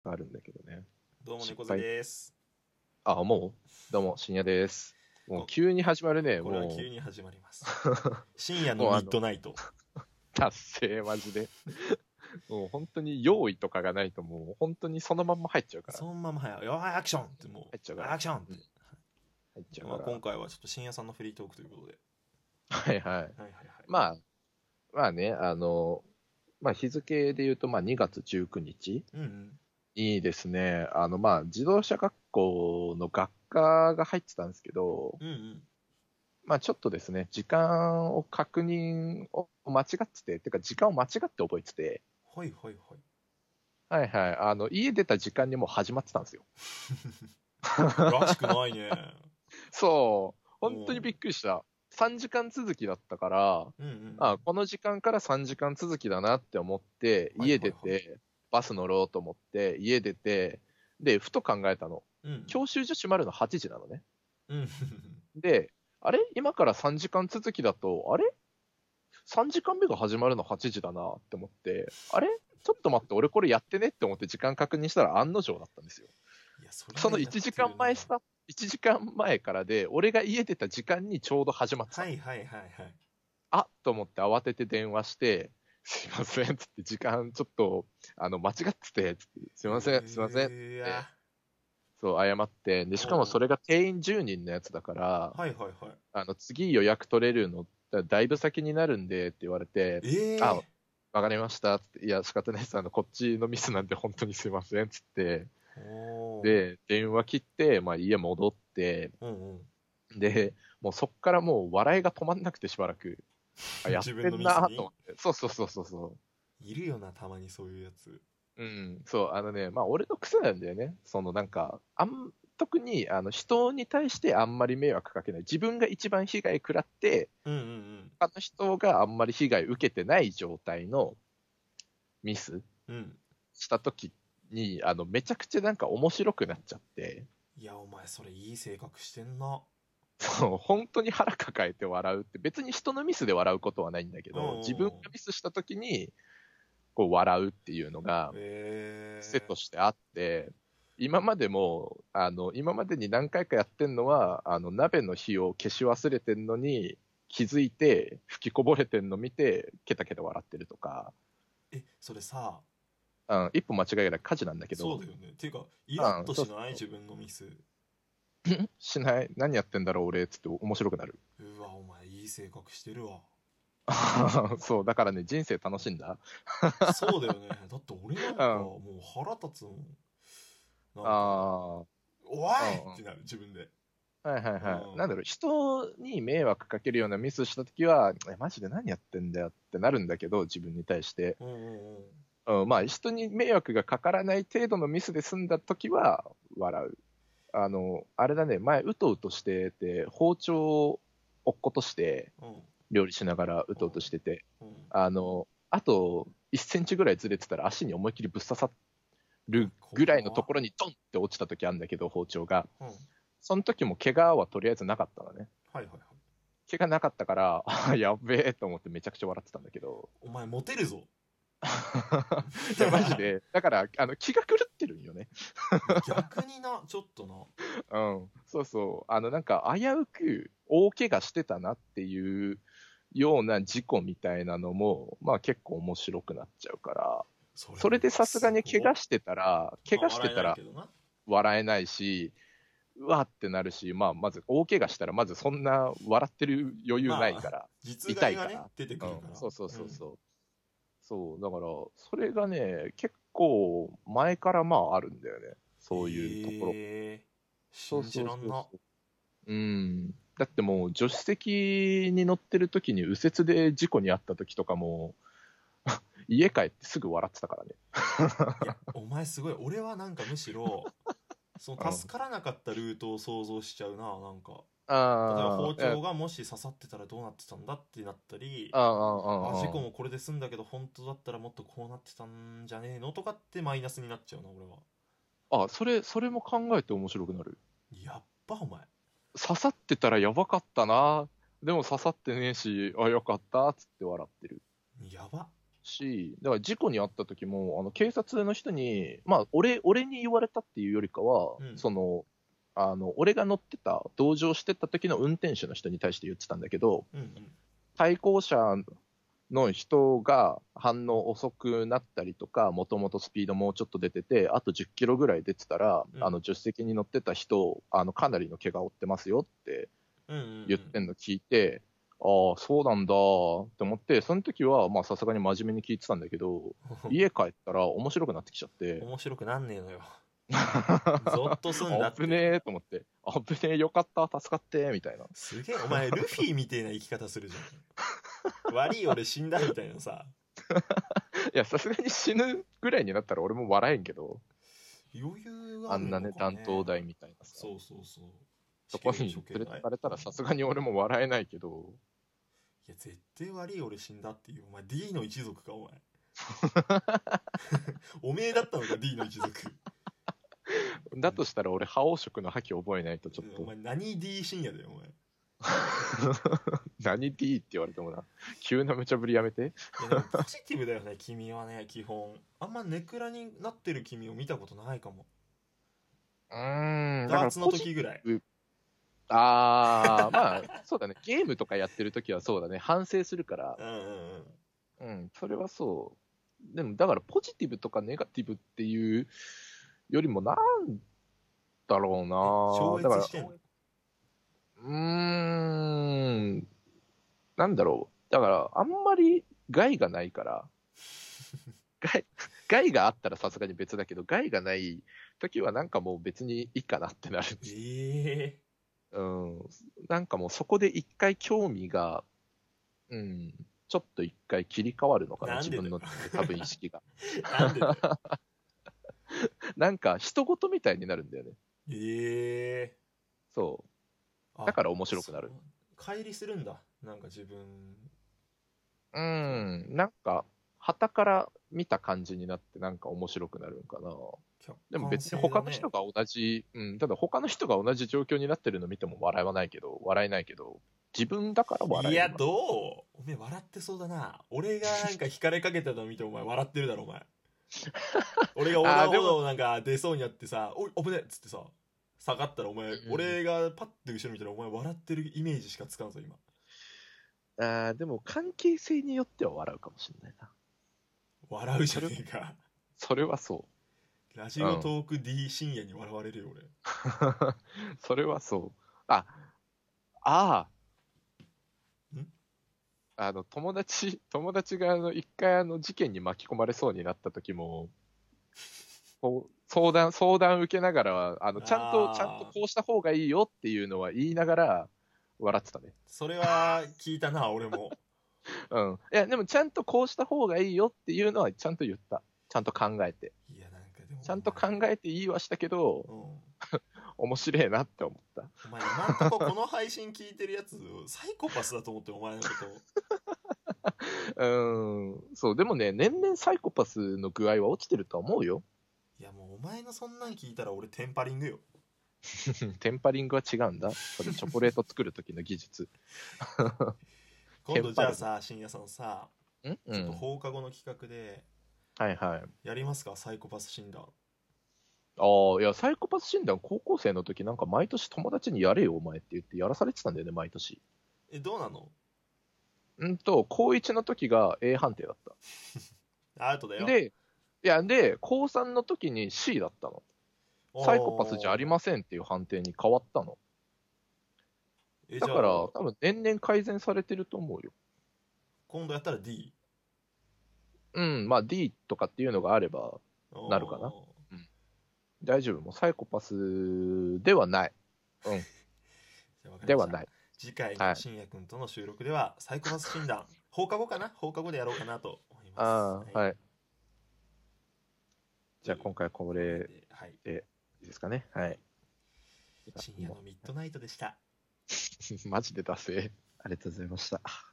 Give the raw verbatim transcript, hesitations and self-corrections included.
あるんだけどね。 どうも猫背失敗。 です。 あ、もうどうも、深夜です。もうこ急に始まるね、 これはも急に始まります。深夜う。 のミッもうあの、 ドナイト。 達成、マジで。もう本当に用意とかがないと、もう本当にそのまんま入っちゃうから。 そのまま早い。よーいアクションってもう、 入っちゃうから。 アクションって。 うん、入っちゃうまあ、 から。 今回はちょっと深夜さんのフリートークということで。 はいはい。 はいはいはい。 まあ、まあね、あの、まあ日付で言うと、まあにがつじゅうくにちうんうん。 にですね、あの、まあ自動車学校の学科が入ってたんですけど、 うんうん。 まあちょっとですね、時間を確認を間違ってて、てか時間を間違って覚えてて、 はいはいはい。 はいはい、あの、家出た時間にもう始まってたんですよ。 らしくないね。 そう、本当にびっうん。 くりした。さんじかん続きだったから、 うんうんうん。 あ、この時間からさんじかん続きだなって思って、家はいはいはい。 出て、バス乗ろうと思って、家出て、で、ふと考えたの。 うん教習所閉まるのはちじなのね。 うん。うん。 で、あれ今からさんじかん続きだと、あれ ?さん 時間目が始まるのはちじだなって思って、あれちょっと待って、俺これやってねって思って時間確認したら案の定だったんですよ。 いや、それそのはやっ 1時てるな。 間前スタ、いちじかんまえからで、俺が家出た時間にちょうど始まってたの。 はいはいはいはい。 あっと思って慌てて電話して、すいません、つって時間ちょっと、あの、間違ってて、つって、すいません、すいません、っえー、 て、 や。 そう、謝って、で、しかもそおう。 れが定員じゅうにんのやつだから、 はいはいはい。 あの、次予約取れるの、だだいぶ先になるんで、って言われて、あ、 えわかりました、つって、いや、仕方ないです、あの、こっちのミスなんで本当にすいません、つって、 ー。おで、電話切って、まあ、家戻って、 ー。うんうん。 で、もうそっからもう笑いが止まんなくてしばらく、あ、やっ自分のてんミスになーと思って。そうそうそうそうそいるよな、たまにそういうやつ。 う。うん、そう、あのね、まあ俺の癖なんだよね。そのなんか、あん、特にあの人に対してあんまり迷惑かけない。自分が一番被害食らって、 うんうん他の人があんまり被害受けてない状態のミスうん。うん。 した時に、あの、めちゃくちゃなんか面白くなっちゃって、 いや、お前それいい性格してんな。 そう、本当に腹抱えて笑うって、別に人のミスで笑うことはないんだけうんうど、自分がんうん。 ミスした時に、こう笑うっていうのが癖えとしてあって、今までも、あの、今までに何回かやってんのは、あの、鍋の火を消し忘れてんのに、気づいて、吹きこぼれてんの見て、ケタケタ笑ってるとか、 ー、え、それさ、 うん、一歩間違えたら火事なんだけど、 そうだよね。っていうか、イラッうん、 としそうそうそない自分のミス。 う。しない、何やってんだろう、俺、つって面白くなる。 うわ、お前いい性格してるわ。 そう、だからね、人生楽しんだ。 そうだよね。だって俺なんかうん。 もう腹立つもん。なんか、 あおあ、うんうん。 いってなる、自分で。 はいはいうはい。なんだろう、 ん。 人に迷惑かけるようなミスしたときは、え、マジで何やってんだよってなるんだけど、自分に対して。 うんうんうん。 うん、まあ、人に迷惑がかからない程度のミスで済んだときは、笑う。あの、あれだね、前、うとうとしてて、包丁を落っことして、 うん。 料理しながらううん。 とうとしてて、 うん。 あの、あといっセンチぐらいずれてたら足に思いっきりぶっ刺さうわ、 るぐらいのと怖っ。 ころにドンって落ちたときあるんだけど、包丁が。 うん。はいその時も怪我はとりあえずなかったのね。 はいはい。 怪我なかったから、あ、やっべえと思ってめちゃくちゃ笑ってたんだけど。 お前モテるぞ。 いや、マジで、だから、あの、気が狂ってるんよね。 いや、逆にな、ちょっとな。 うん。そうそう。あの、なんか、危うく大怪我してたなっていうような事故みたいなのも、まあ結構面白くなっちゃうから、 それ、 それでさすがに怪すごっ。 我してたら、怪まあ、笑え我してたらないけどな。 笑えないし、うわってなるし、まあ、まず大怪我したら、まずそんな笑ってる余裕ないまあ、 から、 実害がね、 痛いから。 出てくうん、 るから。 そうそううん。 そうそう。そう、だから、それがね、結構前からまああるんだよね。そういうところ。 ええー、信じそうそうらんな。 そうそう。うん。だってもう、助手席に乗ってる時に右折で事故に遭った時とかも、家帰ってすぐ笑ってたからね。 いや、お前すごい。俺はなんかむしろ、そのうん。 助からなかったルートを想像しちゃうな、なんか。例えば包ああ、いや、 丁がもし刺さってたらどうなってたんだってなったり、 ああ、ああ、 あ、 事故あもこれで済んだけど本当だったらもっとこうなってたんじゃねえのとかってマイナスになっちゃうな、俺は。 あ。あ、それ、それも考えて面白くなる。 やっば、お前。 刺さってたらやばかったな。でも刺さってねえし、あ、よかった、つって笑ってる。 やば。 し、だから事故に遭った時も、あの警察の人に、まあ俺、俺に言われたっていうよりかは、 うんその、あの俺が乗ってた、同乗してた時の運転手の人に対して言ってたんだけど、 うんうん対向車の人が反応遅くなったりとか、もともとスピードもうちょっと出てて、あとじゅっキロぐらい出てたら、 うんあの助手席に乗ってた人、あのかなりの怪我を負ってますよってうんうんうん言ってんの聞いて、ああ、そうなんだって思って、その時はまあさすがに真面目に聞いてたんだけど、家帰ったら面白くなってきちゃって、 面白くなんねえのよ。ゾッとすんだって危ねえと思って、危ねえ、よかった、助かって、みたいな。 すげえお前ルフィみたいな生き方するじゃん。悪い俺死んだみたいなさ。 いや、さすがに死ぬぐらいになったら俺も笑えんけど、 余裕があんなね、 あるのかね担当台みたいなさ、 そうそうそう。 そこに連れてかれたらさすがに俺も笑えないけど、 いや絶対悪い俺死んだっていう。お前 D の一族かお前。おめえだったのか D の一族。 だとしたら俺、覇王色の覇気覚えないとちょっと。 お前何 D 深夜だよお前。い何 D って言われてもな。急な無茶ぶりやめて。 やでもポジティブだよね君はね基本。あんまネクラになってる君を見たことないかも。 うーん。だダーツからの時ぐらい。 あー、まあ、そうだね。ゲームとかやってる時はそうだね。反省するから。 うんうんうん。 うん、それはそう。でも、だからポジティブとかネガティブっていうよりも、なんだろう超な。だから越してんの。 うーん、なんだろう。だから、あんまり害がないから、害、害があったらさすがに別だけど、害がない時はなんかもう別にいいかなってなる。 ええうん。なんかもうそこで一回興味が、うん、ちょっと一回切り替わるのかな、 なんでだよ自分の多分意識が。 なんでだよ。 なんか人事みたいになるんだよね。 ええそあだから面白くなる。 そう乖離するんだなんか自分。 う。うん、なんか、旗から見た感じになってなんか面白くなるんかな。でも別に他の人が同じ、うん、ただ他の人が同じ状況になってるの見ても笑わないけど、笑えないけど、自分だから笑える。 いやどうおめえ笑ってそうだな。俺がなんか惹かれかけたの見てお前笑ってるだろお前。俺が横断歩道なんか出そうになってさおい危ねっつってさ下がったらお前、 うん俺がパッて後ろ見たらお前笑ってるイメージしかつかんぞ今。 あーでも関係性によっては笑うかもしれないな。 笑うじゃねえか。 それはそラジオトーク D 深夜に笑われるよ俺。 う。それはそう。あ、ああ。 んあの、友達、友達があの、一回あの、事件に巻き込まれそうになった時も、こう相談、相談受けながら、あの、ちゃんと、 あーちゃんとこうした方がいいよっていうのは言いながら、笑ってたね。 それは聞いたな俺も。 うん。いや、でもちゃんとこうした方がいいよっていうのはちゃんと言った。ちゃんと考えて。 いやなんかでもちゃんと考えて言いはしたけど、 うん面白いなって思った。 お前今んとここの配信聞いてるやつサイコパスだと思ってお前のことうーん。そう、でもね、年々サイコパスの具合は落ちてるとは思うよ。 いやもうお前のそんなん聞いたら俺テンパリングよ。 テンパリングは違うんだ。それチョコレート作る時の技術。 今度じゃあさ深夜さんさんうちょっとん。 放課後の企画ではいはい。 やりますかサイコパス診断。 ああ、いや、サイコパス診断高校生の時なんか毎年友達にやれよお前って言ってやらされてたんだよね、毎年。 えどうなの。 うんと、高いちの時が A 判定だっアウトだよ。 た。で、いや、で、高さんの時に C だったの。サイコパスじゃありませんっていう判定に変わったの。 えだから、 じゃあ多分年々改善されてると思うよ。 今度やったら D。 うん、まあ D とかっていうのがあればなるかな。大丈夫。もうサイコパスではない。うん。 じゃあ分かりましたではない。 次回の深夜くんとの収録ではサイコパス診断放課後かな放課後でやろうかなと思います。 ああ、 い。 はい。じゃあ今回これはい。 でいいですかね。はい。 深夜のミッドナイトでした。 マジでダセー。ありがとうございました。